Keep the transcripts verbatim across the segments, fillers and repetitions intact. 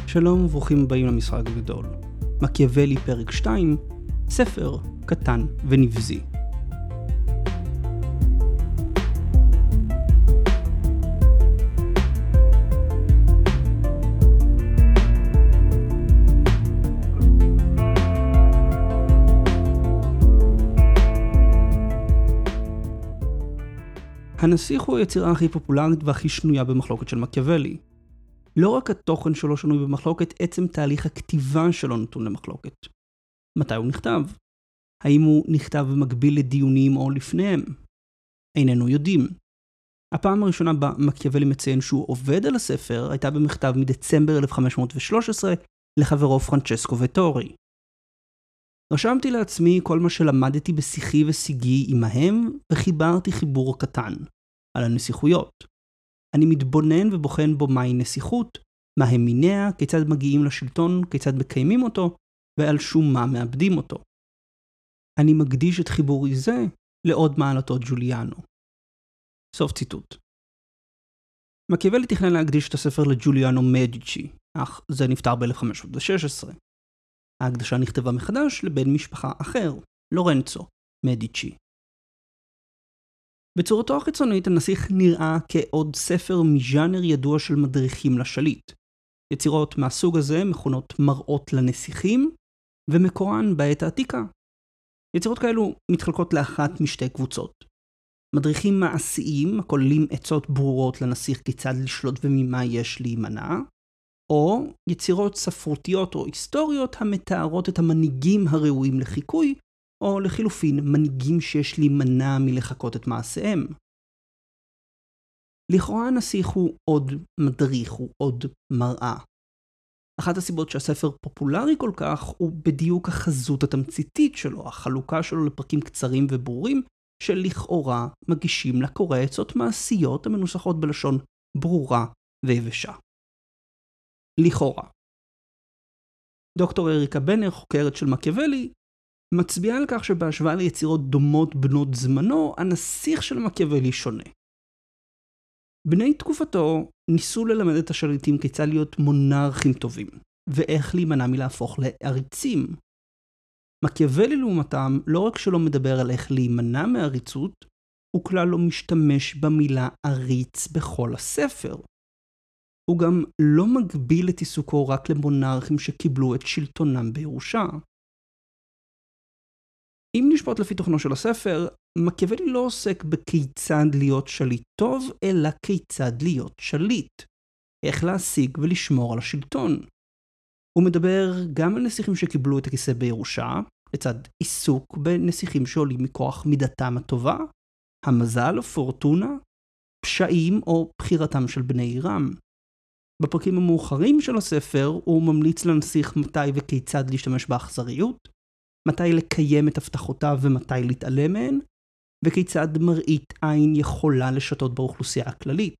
שלום וברוכים הבאים למשחק הגדול. מקיאוולי פרק שתיים, ספר קטן ונבזי. הנסיך הוא היצירה הכי פופולרית והכי שנויה במחלוקת של מקיאוולי. לא רק התוכן שלו שנוי במחלוקת, עצם תהליך הכתיבה שלו נתון למחלוקת. מתי הוא נכתב? האם הוא נכתב במקביל לדיונים או לפניהם? איננו יודעים. הפעם הראשונה בה מקיאוולי מציין שהוא עובד על הספר הייתה במכתב מדצמבר אלף חמש מאות ושלוש עשרה לחברו פרנצ'סקו וטורי. רשמתי לעצמי כל מה שלמדתי בשיחי ושיגי עמהם וחיברתי חיבור קטן על הנסיכויות. אני מתבונן ובוחן בו מהי נסיכות, מה הם מיניה, כיצד מגיעים לשלטון, כיצד מקיימים אותו, ועל שום מה מאבדים אותו. אני מקדיש את חיבורי זה לעוד מעלתו ג'וליאנו. סוף ציטוט. מקיאוולי תכנן להקדיש את הספר לג'וליאנו מדיצ'י, אך זה נפטר ב-אלף חמש מאות ושש עשרה. ההקדשה נכתבה מחדש לבן משפחה אחר, לורנצו מדיצ'י. בצורתו החיצונית הנסיך נראה כעוד ספר מז'אנר ידוע של מדריכים לשליט. יצירות מהסוג הזה מכונות מראות לנסיכים, ומקורן בעת העתיקה. יצירות כאלו מתחלקות לאחת משתי קבוצות. מדריכים מעשיים הכוללים עצות ברורות לנסיך כיצד לשלוט וממה יש להימנע, או יצירות ספרותיות או היסטוריות המתארות את המנהיגים הראויים לחיקוי, או לחילופין מנהיגים שיש להימנע מלחקות את מעשיהם. לכאורה הנסיך הוא עוד מדריך, הוא עוד מראה. אחת הסיבות שהספר פופולרי כל כך הוא בדיוק החזות התמציתית שלו, החלוקה שלו לפרקים קצרים וברורים, שלכאורה מגישים לקורא עצות מעשיות המנוסחות בלשון ברורה ויבשה. לכאורה. דוקטור אריקה בנר, חוקרת של מקיאוולי, מצביעה על כך שבהשוואה ליצירות דומות בנות זמנו, הנסיך של מקיאוולי שונה. בני תקופתו ניסו ללמד את השליטים כיצד להיות מונרכים טובים, ואיך להימנע מלהפוך לעריצים. מקיאוולי לעומתם לא רק שלא מדבר על איך להימנע מעריצות, הוא כלל לא משתמש במילה עריץ בכל הספר. הוא גם לא מגביל את עיסוקו רק למונרכים שקיבלו את שלטונם בירושה. אם נשפוט לפי תוכנו של הספר, מקיאוולי לא עוסק בכיצד להיות שליט טוב, אלא כיצד להיות שליט. איך להשיג ולשמור על השלטון. הוא מדבר גם על נסיכים שקיבלו את הכיסא בירושה, לצד עיסוק בנסיכים שעולים מכוח מידתם הטובה, המזל או פורטונה, פשעים או בחירתם של בני עירם. בפרקים המאוחרים של הספר הוא ממליץ לנסיך מתי וכיצד להשתמש באכזריות, מתי לקיים את הבטחותיו ומתי להתעלם מהן, וכיצד מראית עין יכולה לשתות באוכלוסייה הכללית.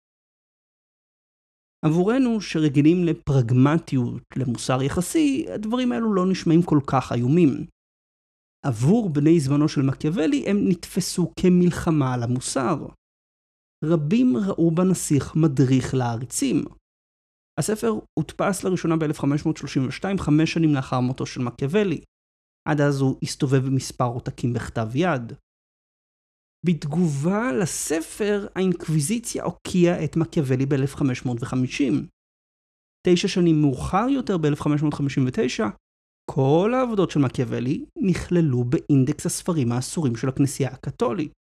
עבורנו שרגילים לפרגמטיות, למוסר יחסי, הדברים האלו לא נשמעים כל כך איומים. עבור בני זמנו של מקיאוולי הם נתפסו כמלחמה על המוסר. רבים ראו בנסיך מדריך לעריצים. הספר הודפס לראשונה ב-אלף חמש מאות שלושים ושתיים, חמש שנים לאחר מותו של מקיאוולי. עד אז הוא הסתובב במספר עותקים בכתב יד. בתגובה לספר, האינקוויזיציה הוקיעה את מקיאוולי ב-אלף חמש מאות וחמישים. תשע שנים מאוחר יותר, ב-אלף חמש מאות חמישים ותשע, כל העבודות של מקיאוולי נכללו באינדקס הספרים האסורים של הכנסייה הקתולית.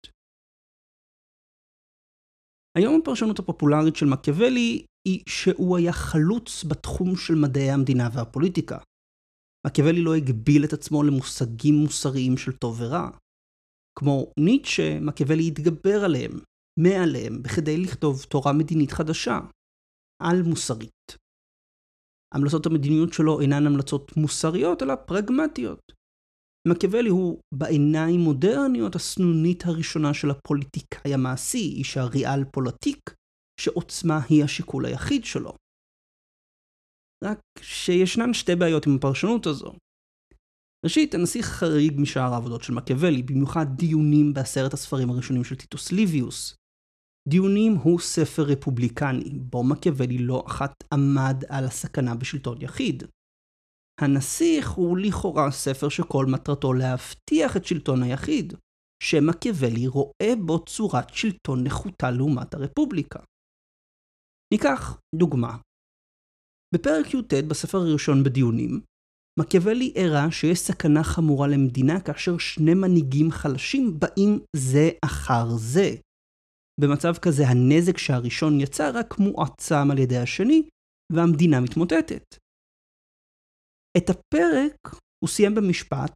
היום הפרשנות הפופולרית של מקיאוולי היא שהוא היה חלוץ בתחום של מדעי המדינה והפוליטיקה. מקיאוולי לא הגביל את עצמו למושגים מוסריים של טוב ורע. כמו ניטשה, מקיאוולי התגבר עליהם, מעליהם, בכדי לכתוב תורה מדינית חדשה, על מוסרית. המלצות המדיניות שלו אינן המלצות מוסריות, אלא פרגמטיות. מקיאוולי הוא בעיניים מודרניות הסנונית הראשונה של הפוליטיקאי המעשי, איש הריאל פוליטיק, שעוצמה היא השיקול היחיד שלו. רק שישנן שתי בעיות עם הפרשנות הזו. ראשית, הנסיך חריג משאר העבודות של מקיאוולי, במיוחד דיונים בעשרת הספרים הראשונים של טיטוס ליביוס. דיונים הוא ספר רפובליקני, בו מקיאוולי לא אחת עמד על הסכנה בשלטון יחיד. הנסיך הוא לכאורה ספר שכל מטרתו להבטיח את שלטון היחיד, שמקיאוולי רואה בו צורת שלטון נחותה לעומת הרפובליקה. ניקח דוגמה. בפרק י"ט בספר הראשון בדיונים, מקיאוולי הראה שיש סכנה חמורה למדינה כאשר שני מנהיגים חלשים באים זה אחר זה. במצב כזה הנזק שהראשון יצא רק מועצם על ידי השני, והמדינה מתמוטטת. את הפרק הוא סיים במשפט,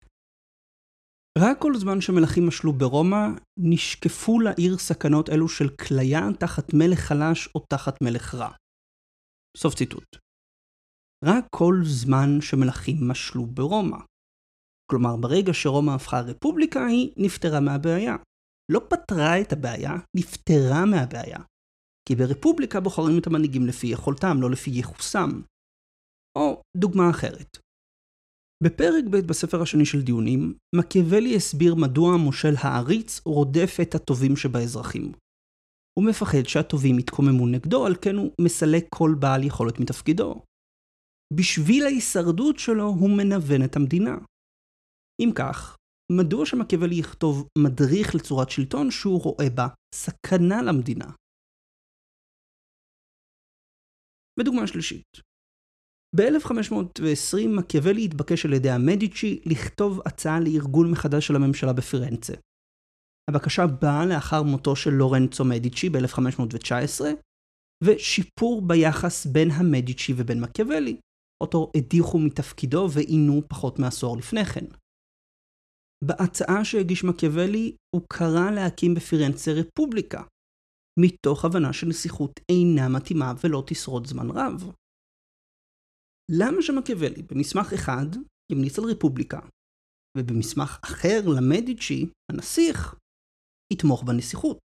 רק כל זמן שמלכים משלו ברומא, נשקפו לעיר סכנות אלו של כליה תחת מלך חלש או תחת מלך רע. סוף ציטוט. רק כל זמן שמלכים משלו ברומא. כלומר, ברגע שרומא הפכה רפובליקה, היא נפטרה מהבעיה. לא פתרה את הבעיה, נפטרה מהבעיה. כי ברפובליקה בוחרים את המנהיגים לפי יכולתם, לא לפי יחוסם. או דוגמה אחרת. בפרק ב' בספר השני של דיונים, מקיאוולי הסביר מדוע המושל העריץ רודף את הטובים שבאזרחים. הוא מפחד שהטובים יתקוממו נגדו, על כן הוא מסלק כל בעל יכולת מתפקידו. בשביל ההישרדות שלו הוא מנוון את המדינה. אם כך, מדוע שמקיאוולי יכתוב מדריך לצורת שלטון שהוא רואה בה סכנה למדינה? בדוגמה שלישית. ב-אלף חמש מאות ועשרים מקיאוולי התבקש על ידי המדיצ'י לכתוב הצעה לארגון מחדש של הממשלה בפירנצה. הבקשה באה לאחר מותו של לורנצו מדיצ'י ב-אלף חמש מאות תשע עשרה, ושיפור ביחס בין המדיצ'י ובין מקיאוולי, אותו הדיחו מתפקידו ועינו פחות מעשור לפני כן. בהצעה שהגיש מקיאוולי הוא קרא להקים בפירנצה רפובליקה, מתוך הבנה שנסיכות אינה מתאימה ולא תשרוד זמן רב. למה שמקיאוולי במסמך אחד ימליץ על רפובליקה, ובמסמך אחר למדיצ'י, הנסיך, יתמוך בנסיכות?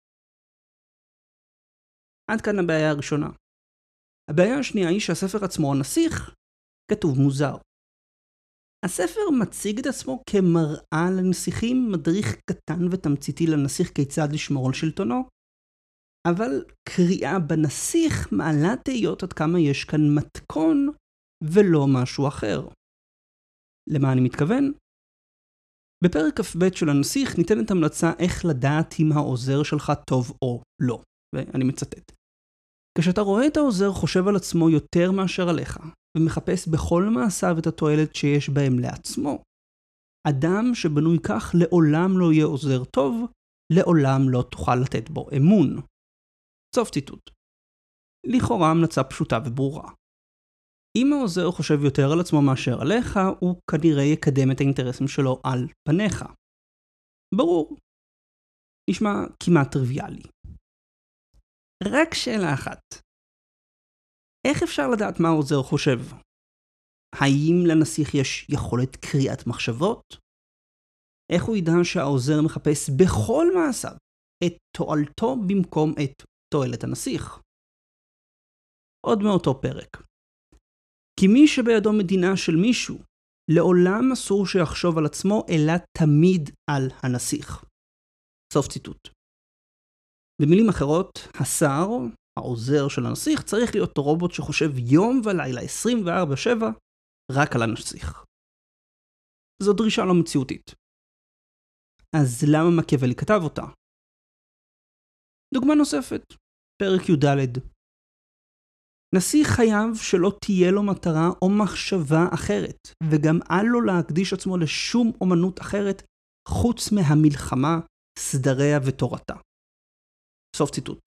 עד כאן הבעיה הראשונה. הבעיה השנייה היא שהספר עצמו, הנסיך, כתוב מוזר. הספר מציג את עצמו כמראה לנסיכים, מדריך קטן ותמציתי לנסיך כיצד לשמור על שלטונו, אבל קריאה בנסיך מעלה תהיות עד כמה יש כאן מתכון ולא משהו אחר. למה אני מתכוון? בפרק כ"ב של הנסיך ניתנת המלצה איך לדעת אם העוזר שלך טוב או לא, ואני מצטט. כשאתה רואה את העוזר חושב על עצמו יותר מאשר עליך, ומחפש בכל מעשיו את התועלת שיש בהם לעצמו, אדם שבנוי כך לעולם לא יהיה עוזר טוב, לעולם לא תוכל לתת בו אמון. סוף ציטוט. לכאורה המלצה פשוטה וברורה. אם העוזר חושב יותר על עצמו מאשר עליך, הוא כנראה יקדם את האינטרסים שלו על פניך. ברור. נשמע כמעט טריוויאלי. רק שאלה אחת. איך אפשר לדעת מה העוזר חושב? האם לנסיך יש יכולת קריאת מחשבות? איך הוא ידע שהעוזר מחפש בכל מעשיו את תועלתו במקום את תועלת הנסיך? עוד מאותו פרק. כי מי שבידו מדינה של מישהו, לעולם אסור שיחשוב על עצמו, אלא תמיד על הנסיך. סוף ציטוט. במילים אחרות, השר, העוזר של הנסיך, צריך להיות רובוט שחושב יום ולילה עשרים וארבע שבע רק על הנסיך. זו דרישה לא מציאותית. אז למה מקיאוולי כתב אותה? דוגמה נוספת, פרק י"ד. נסיך חייב שלא תהיה לו מטרה או מחשבה אחרת, וגם אל לו להקדיש עצמו לשום אומנות אחרת, חוץ מהמלחמה, סדריה ותורתה. סוף ציטוט.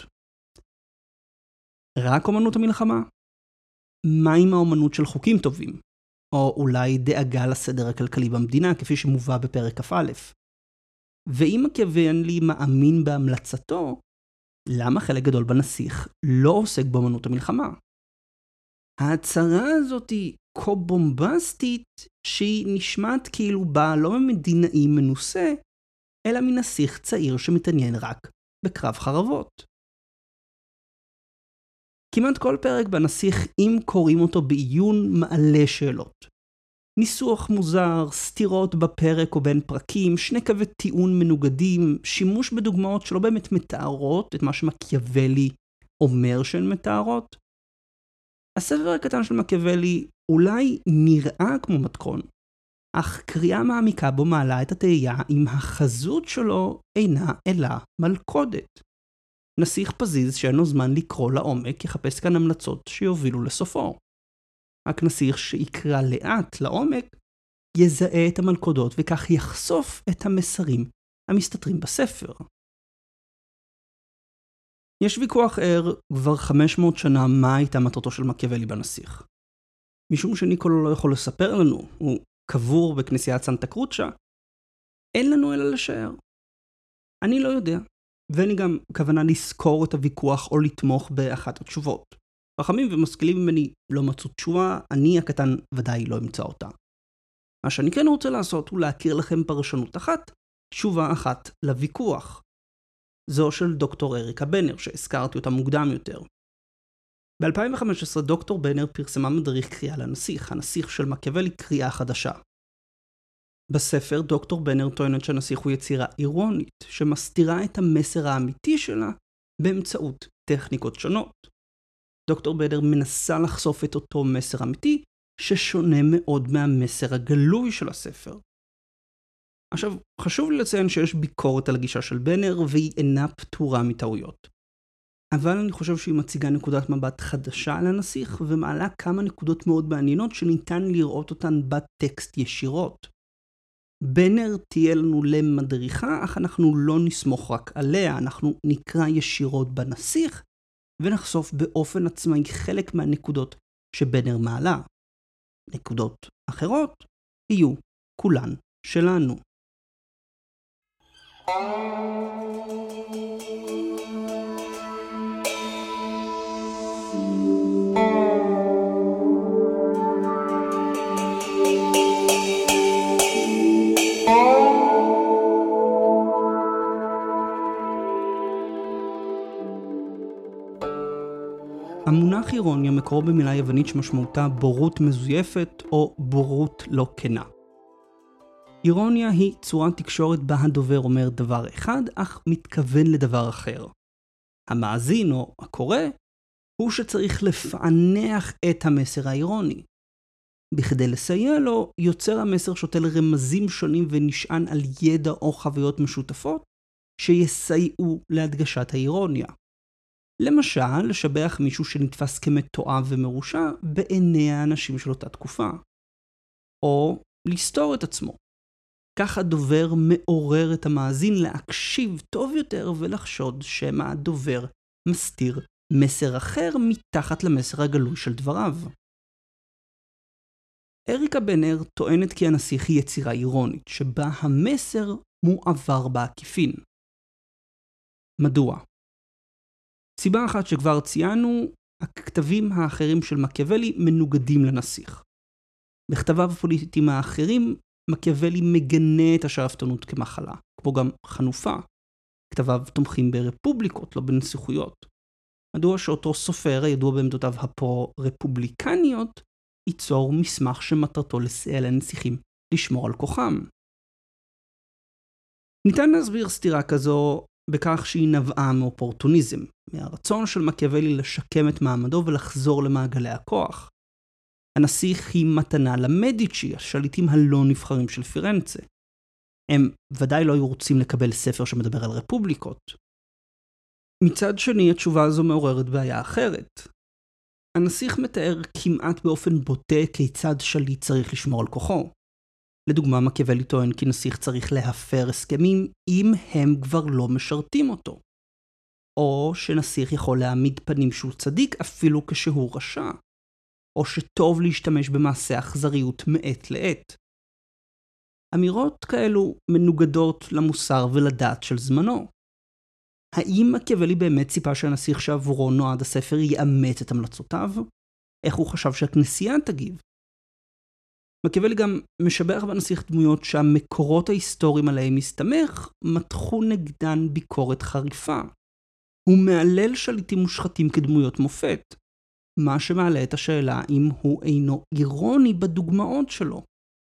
רק אומנות המלחמה? מה עם האומנות של חוקים טובים? או אולי דאגה לסדר הכלכלי במדינה, כפי שמובא בפרק כ"א? ואם מקיאוולי מאמין בהמלצתו, למה חלק גדול בנסיך לא עוסק באומנות המלחמה? ההצהרה הזאת היא כה בומבסטית שהיא נשמעת כאילו באה לא ממדינאי מנוסה, אלא מנסיך צעיר שמתעניין רק בקרב חרבות. כמעט כל פרק בנסיך, אם קוראים אותו בעיון, מעלה שאלות. ניסוח מוזר, סתירות בפרק או בין פרקים, שני קווי טיעון מנוגדים, שימוש בדוגמאות שלא באמת מתארות את מה שמקיאוולי אומר שהן מתארות. הספר הקטן של מקיאוולי אולי נראה כמו מתכון, אך קריאה מעמיקה בו מעלה את התהייה אם החזות שלו אינה אלא מלכודת. נסיך פזיז שאין לו זמן לקרוא לעומק יחפש כאן המלצות שיובילו לסופו. רק נסיך שיקרא לאט לעומק יזהה את המלכודות וכך יחשוף את המסרים המסתתרים בספר. יש ויכוח ער כבר חמש מאות שנה מה הייתה מטרתו של מקיאוולי בנסיך. משום שניקולו לא יכול לספר לנו, הוא קבור בכנסיית סנטה קרוצ'ה, אין לנו אלא לשער. אני לא יודע, ואין לי גם כוונה לזכור את הוויכוח או לתמוך באחת התשובות. חכמים ומשכילים ממני לא מצאו תשובה, אני הקטן ודאי לא אמצא אותה. מה שאני כן רוצה לעשות הוא להכיר לכם פרשנות אחת, תשובה אחת לוויכוח. זו של דוקטור אריקה בנר, שהזכרתי אותה מוקדם יותר. ב-אלפיים וחמש עשרה דוקטור בנר פרסמה מדריך קריאה לנסיך, הנסיך של מקיאוולי קריאה חדשה. בספר דוקטור בנר טוענת שהנסיך הוא יצירה אירונית, שמסתירה את המסר האמיתי שלה באמצעות טכניקות שונות. דוקטור בנר מנסה לחשוף את אותו מסר אמיתי, ששונה מאוד מהמסר הגלוי של הספר. עכשיו, חשוב לי לציין שיש ביקורת על הגישה של בנר, והיא אינה פטורה מטעויות. אבל אני חושב שהיא מציגה נקודת מבט חדשה על הנסיך, ומעלה כמה נקודות מאוד מעניינות שניתן לראות אותן בטקסט ישירות. בנר תהיה לנו למדריכה, אך אנחנו לא נסמוך רק עליה, אנחנו נקרא ישירות בנסיך, ונחשוף באופן עצמאי חלק מהנקודות שבנר מעלה. נקודות אחרות יהיו כולן שלנו. המונח אירוניה מקורו במילה יוונית שמשמעותה בורות מזויפת או בורות לא כנה. אירוניה היא צורת תקשורת בה הדובר אומר דבר אחד, אך מתכוון לדבר אחר. המאזין או הקורא הוא שצריך לפענח את המסר האירוני. בכדי לסייע לו, יוצר המסר שותל רמזים שונים ונשען על ידע או חוויות משותפות שיסייעו להדגשת האירוניה. למשל, לשבח מישהו שנתפס כמתועב ומרושע בעיני האנשים של אותה תקופה. או לסתור את עצמו. כך הדובר מעורר את המאזין להקשיב טוב יותר ולחשוד שמא הדובר מסתיר מסר אחר מתחת למסר הגלוי של דבריו. אריקה בנר טוענת כי הנסיך היא יצירה אירונית, שבה המסר מועבר בעקיפין. מדוע? סיבה אחת שכבר ציינו, הכתבים האחרים של מקיאוולי מנוגדים לנסיך. בכתביו הפוליטיים האחרים, מקיאוולי מגנה את השאפתנות כמחלה, כמו גם חנופה. כתביו תומכים ברפובליקות, לא בנסיכויות. מדוע שאותו סופר, הידוע בעמדותיו הפרו-רפובליקניות, ייצור מסמך שמטרתו לסייע לנסיכים לשמור על כוחם. ניתן להסביר סתירה כזו בכך שהיא נבעה מאופורטוניזם, מהרצון של מקיאוולי לשקם את מעמדו ולחזור למעגלי הכוח. הנסיך היא מתנה למדיצ'י, השליטים הלא נבחרים של פירנצה. הם ודאי לא היו רוצים לקבל ספר שמדבר על רפובליקות. מצד שני, התשובה הזו מעוררת בעיה אחרת. הנסיך מתאר כמעט באופן בוטה כיצד שליט צריך לשמור על כוחו. לדוגמה, מקיאוולי טוען כי נסיך צריך להפר הסכמים אם הם כבר לא משרתים אותו. או שנסיך יכול להעמיד פנים שהוא צדיק אפילו כשהוא רשע. או שטוב להשתמש במעשה אכזריות מעת לעת. אמירות כאלו מנוגדות למוסר ולדעת של זמנו. האם מקיאוולי באמת ציפה שהנסיך שעבורו נועד הספר יאמץ את המלצותיו? איך הוא חשב שהכנסייה תגיב? מקיאוולי גם משבח בנסיך דמויות שהמקורות ההיסטוריים עליהם מסתמך מתחו נגדן ביקורת חריפה. הוא מעלל שליטים מושחתים כדמויות מופת, מה שמעלה את השאלה אם הוא אינו אירוני בדוגמאות שלו.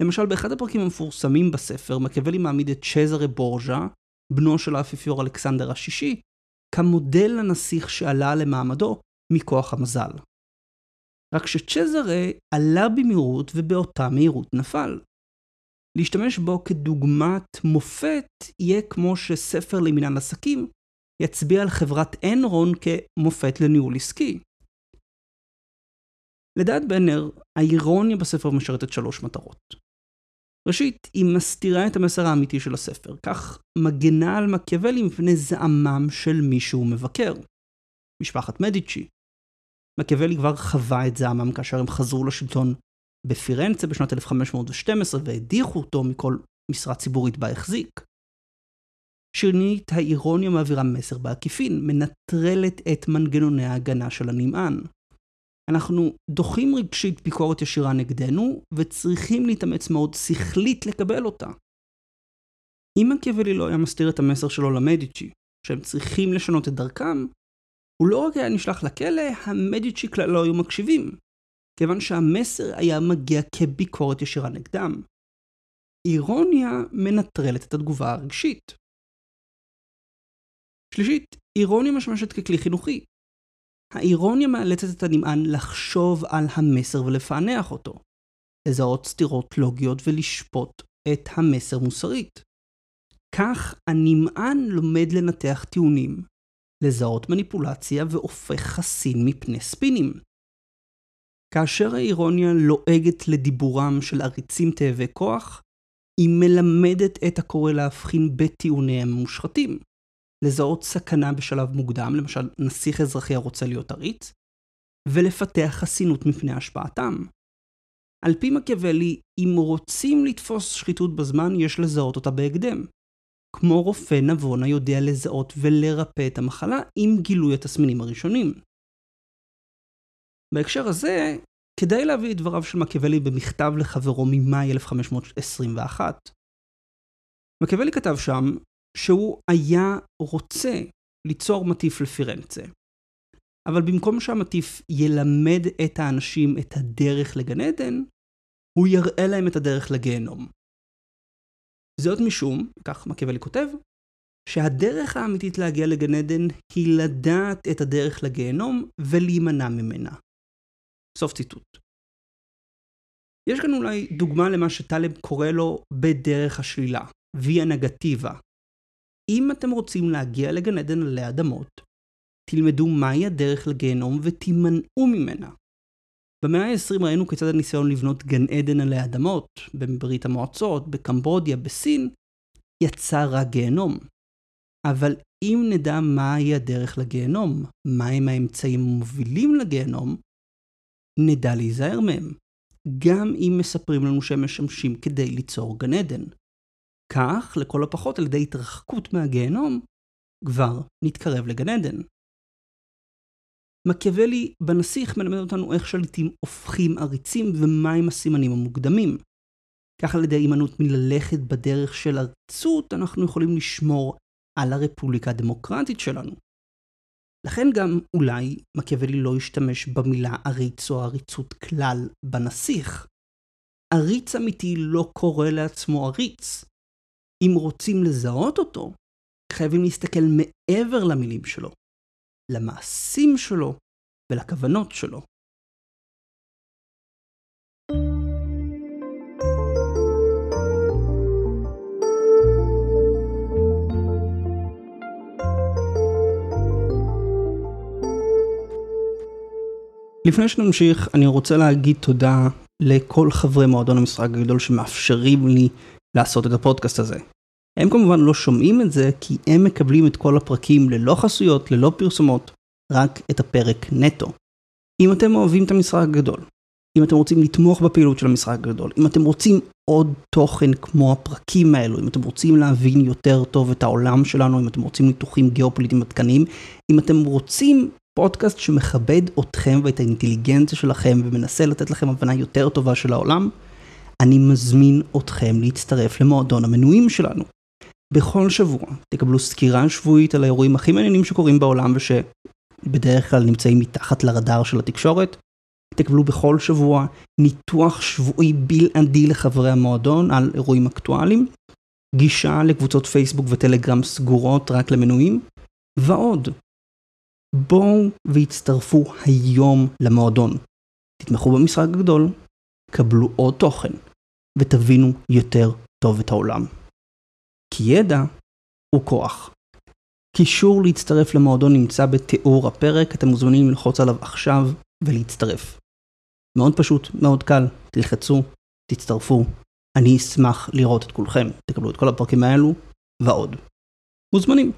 למשל, באחד הפרקים המפורסמים בספר, מקיאוולי מעמיד את צ'זרה בורג'ה, בנו של האפיפיור אלכסנדר השישי, כמודל לנסיך שעלה למעמדו מכוח המזל. רק שצ'זרה עלה במהירות ובאותה מהירות נפל. להשתמש בו כדוגמת מופת יהיה כמו שספר למינהל עסקים יצביע על חברת אנרון כמופת לניהול עסקי. לדעת בנר, האירוניה בספר משרתת שלוש מטרות. ראשית, היא מסתירה את המסר האמיתי של הספר, כך מגנה על מקיאוולי מפני זעמם של מישהו מבקר. משפחת מדיצ'י. מקיאוולי כבר חווה את זעמם כאשר הם חזרו לשלטון בפירנצה בשנת אלף חמש מאות ושתים עשרה והדיחו אותו מכל משרה ציבורית בה החזיק. שנית, האירוניה מעבירה מסר בעקיפין, מנטרלת את מנגנוני ההגנה של הנמען. אנחנו דוחים רגשית ביקורת ישירה נגדנו, וצריכים להתאמץ מאוד שכלית לקבל אותה. אם מקיאוולי לא היה מסתיר את המסר שלו למדיצ'י, שהם צריכים לשנות את דרכם, הוא לא רק היה נשלח לכלא, המדיצ'י כלל לא היו מקשיבים, כיוון שהמסר היה מגיע כביקורת ישירה נגדם. אירוניה מנטרלת את התגובה הרגשית. שלישית, אירוניה משמשת ככלי חינוכי. האירוניה מאלצת את הנמען לחשוב על המסר ולפענח אותו, לזהות סתירות לוגיות ולשפוט את המסר מוסרית. כך הנמען לומד לנתח טיעונים, לזהות מניפולציה והופך חסין מפני ספינים. כאשר האירוניה לועגת לדיבורם של עריצים תאבי כוח, היא מלמדת את הקורא להבחין בטיעוניהם המושחתים. לזהות סכנה בשלב מוקדם, למשל נסיך אזרחי הרוצה להיות עריץ, ולפתח חסינות מפני השפעתם. על פי מקיאוולי, אם רוצים לתפוס שחיתות בזמן, יש לזהות אותה בהקדם. כמו רופא נבון היודע לזהות ולרפא את המחלה עם גילוי התסמינים הראשונים. בהקשר הזה, כדאי להביא את דבריו של מקיאוולי במכתב לחברו ממאי אלף חמש מאות עשרים ואחת. מקיאוולי כתב שם שהוא היה רוצה ליצור מטיף לפירנצה. אבל במקום שהמטיף ילמד את האנשים את הדרך לגן עדן, הוא יראה להם את הדרך לגיהנום. זאת משום, כך מקיאוולי כותב, שהדרך האמיתית להגיע לגן עדן היא לדעת את הדרך לגיהנום ולהימנע ממנה. סוף ציטוט. יש כאן אולי דוגמה למה שטלב קורא לו בדרך השלילה, ויה נגטיבה. אם אתם רוצים להגיע לגן עדן עלי אדמות, תלמדו מהי הדרך לגיהנום ותימנעו ממנה. במאה ה-עשרים ראינו כיצד הניסיון לבנות גן עדן עלי אדמות, בברית המועצות, בקמבודיה, בסין, יצר רק גיהנום. אבל אם נדע מהי הדרך לגיהנום, מהם האמצעים המובילים לגיהנום, נדע להיזהר מהם, גם אם מספרים לנו שהם משמשים כדי ליצור גן עדן. כך, לכל הפחות על ידי התרחקות מהגיהנום, כבר נתקרב לגן עדן. מקיאוולי בנסיך מלמד אותנו איך שליטים הופכים עריצים ומהם הסימנים המוקדמים. כך על ידי הימנעות מללכת בדרך של עריצות, אנחנו יכולים לשמור על הרפובליקה הדמוקרטית שלנו. לכן גם אולי מקיאוולי לא ישתמש במילה עריץ או עריצות כלל בנסיך. עריץ אמיתי לא קורא לעצמו עריץ. אם רוצים לזהות אותו, חייבים להסתכל מעבר למילים שלו, למעשים שלו ולכוונות שלו. לפני שנמשיך, אני רוצה להגיד תודה לכל חברי מועדון המשחק הגדול שמאפשרים לי לעשות את הפודקאסט הזה. הם כמובן לא שומעים את זה כי הם מקבלים את כל הפרקים ללא חסויות, ללא פרסומות, רק את הפרק נטו. אם אתם אוהבים את המשחק הגדול, אם אתם רוצים לתמוך בפעילות של המשחק הגדול, אם אתם רוצים עוד תוכן כמו הפרקים האלו, אם אתם רוצים להבין יותר טוב את העולם שלנו, אם אתם רוצים ניתוחים גיאופוליטיים עדכניים, אם אתם רוצים פודקאסט שמכבד אתכם ואת האינטליגנציה שלכם ומנסה לתת לכם הבנה יותר טובה של העולם, אני מזמין אתכם להצטרף למועדון המנויים שלנו. בכל שבוע תקבלו סקירה שבועית על האירועים הכי מעניינים שקורים בעולם ושבדרך כלל נמצאים מתחת לרדאר של התקשורת. תקבלו בכל שבוע ניתוח שבועי בלעדי לחברי המועדון על אירועים אקטואליים, גישה לקבוצות פייסבוק וטלגרם סגורות רק למנויים, ועוד. בואו והצטרפו היום למועדון. תתמכו במשחק הגדול, קבלו עוד תוכן, ותבינו יותר טוב את העולם. כי ידע הוא כוח. קישור להצטרף למועדון נמצא בתיאור הפרק, אתם מוזמנים ללחוץ עליו עכשיו ולהצטרף. מאוד פשוט, מאוד קל, תלחצו, תצטרפו. אני אשמח לראות את כולכם, תקבלו את כל הפרקים האלו ועוד. מוזמנים.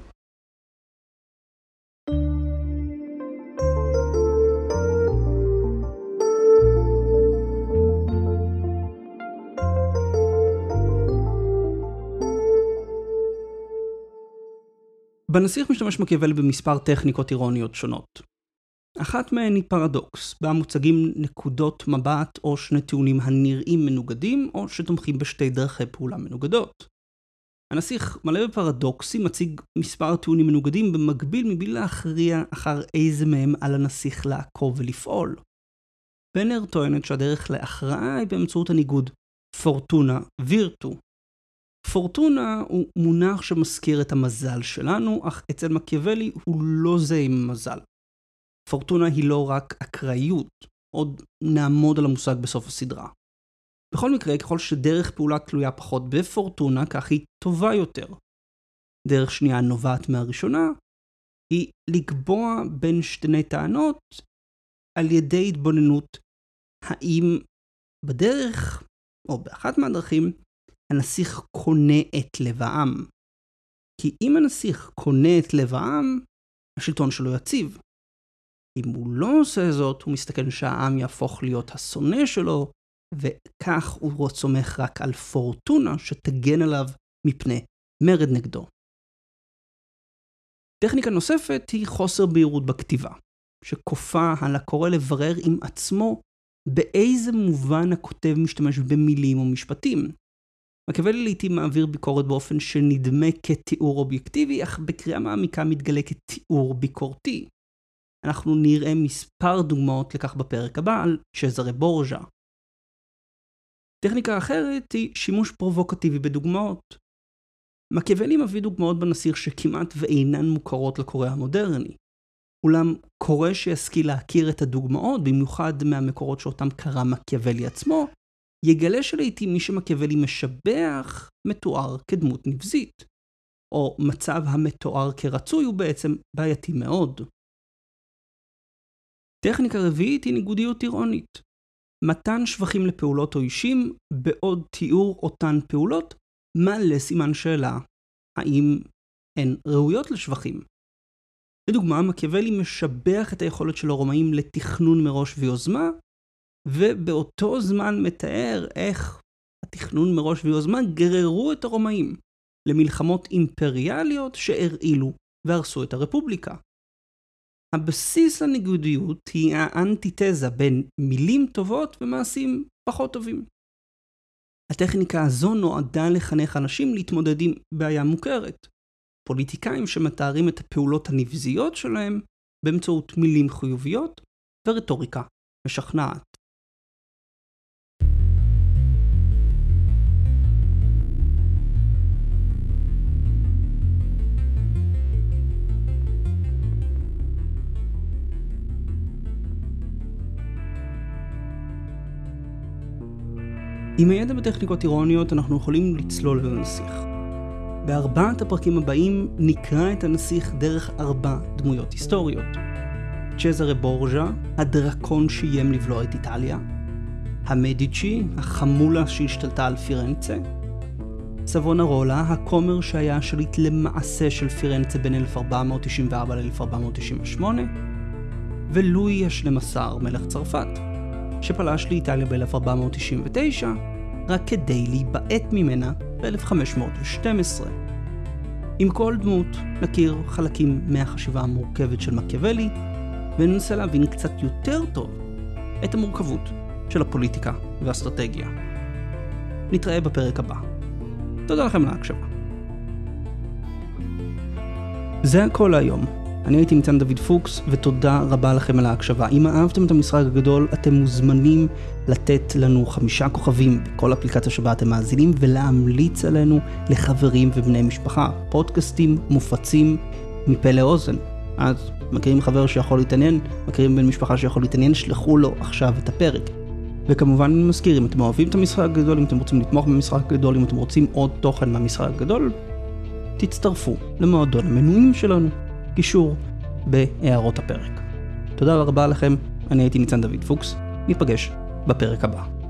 בנסיך משתמש מקיאוולי במספר טכניקות אירוניות שונות. אחת מהן היא פרדוקס, בה מוצגים נקודות מבט או שני טיעונים הנראים מנוגדים או שתומכים בשתי דרכי פעולה מנוגדות. הנסיך מלא בפרדוקסים מציג מספר טיעונים מנוגדים במקביל מבלי להכריע אחר איזה מהם על הנסיך לעקוב ולפעול. בנר טוענת שהדרך להכרעה היא באמצעות הניגוד פורטונה וירטו. פורטונה הוא מונח שמזכיר את המזל שלנו, אך אצל מקיאוולי הוא לא זה עם מזל. פורטונה היא לא רק אקראיות, עוד נעמוד על המושג בסוף הסדרה. בכל מקרה, ככל שדרך פעולה תלויה פחות בפורטונה, כך היא טובה יותר. דרך שנייה נובעת מהראשונה, היא לקבוע בין שתי טענות על ידי התבוננות האם בדרך, או באחת מהדרכים, הנסיך קונה את לב העם. כי אם הנסיך קונה את לב העם, השלטון שלו יציב. אם הוא לא עושה זאת, הוא מסתכל שהעם יהפוך להיות השונא שלו, וכך הוא סומך רק על פורטונה שתגן עליו מפני מרד נגדו. טכניקה נוספת היא חוסר בהירות בכתיבה, שכופה על הקורא לברר עם עצמו באיזה מובן הכותב משתמש במילים או משפטים. מקיאוולי לעתים מעביר ביקורת באופן שנדמה כתיאור אובייקטיבי, אך בקריאה מעמיקה מתגלה כתיאור ביקורתי. אנחנו נראה מספר דוגמאות לכך בפרק הבא על צ'זרה בורג'ה. טכניקה אחרת היא שימוש פרובוקטיבי בדוגמאות. מקיאוולי מביא דוגמאות בנסיך שכמעט ואינן מוכרות לקורא המודרני. אולם קורא שישכיל להכיר את הדוגמאות, במיוחד מהמקורות שאותם קרא מקיאוולי עצמו, יגלה שלעיתים מי שמקיאוולי משבח מתואר כדמות נבזית, או מצב המתואר כרצוי הוא בעצם בעייתי מאוד. טכניקה רביעית היא ניגודיות אירונית. מתן שבחים לפעולות או אישים, בעוד תיאור אותן פעולות, מעלה סימן שאלה, האם הן ראויות לשבחים. לדוגמה, מקיאוולי משבח את היכולת של הרומאים לתכנון מראש ויוזמה, ובאותו זמן מתאר איך התכנון מראש ויוזמה גררו את הרומאים למלחמות אימפריאליות שהרעילו והרסו את הרפובליקה. הבסיס לניגודיות היא האנטיתזה בין מילים טובות ומעשים פחות טובים. הטכניקה הזו נועדה לחנך אנשים להתמודד עם בעיה מוכרת. פוליטיקאים שמתארים את הפעולות הנבזיות שלהם באמצעות מילים חיוביות ורטוריקה משכנעת. עם הידע בטכניקות אירוניות אנחנו יכולים לצלול אל הנסיך. בארבעת הפרקים הבאים נקרא את הנסיך דרך ארבע דמויות היסטוריות. צ'זרה בורג'ה, הדרקון שאיים לבלוע את איטליה, המדיצ'י, החמולה שהשתלטה על פירנצה, סבונרולה, הכומר שהיה השליט למעשה של פירנצה בין אלף ארבע מאות תשעים וארבע ל-אלף ארבע מאות תשעים ושמונה, ולואי ה-שנים עשר, מלך צרפת, שפלש לאיטליה ב-אלף ארבע מאות תשעים ותשע, רק כדי להיבעט ממנה ב-אלף חמש מאות ושתים עשרה. עם כל דמות נכיר חלקים מהחשיבה המורכבת של מקיאוולי, וננסה להבין קצת יותר טוב את המורכבות של הפוליטיקה והאסטרטגיה. נתראה בפרק הבא. תודה לכם על ההקשבה. זה הכל היום. אני הייתי ניצן דוד פוקס, ותודה רבה לכם על ההקשבה. אם אהבתם את המשחק הגדול, אתם מוזמנים לתת לנו חמישה כוכבים בכל אפליקציה שבה אתם מאזינים, ולהמליץ עלינו לחברים ובני משפחה. פודקאסטים מופצים מפה לאוזן. אז מכירים חבר שיכול להתעניין, מכירים בן משפחה שיכול להתעניין, שלחו לו עכשיו את הפרק. וכמובן אני מזכיר, אם אתם אוהבים את המשחק הגדול, אם אתם רוצים לתמוך במשחק הגדול, אם אתם רוצים עוד תוכן מהמשחק הגדול, תצטרפו למועדון המנויים שלנו. קישור בהערות הפרק. תודה רבה לכם, אני הייתי ניצן דוד פוקס, ניפגש בפרק הבא.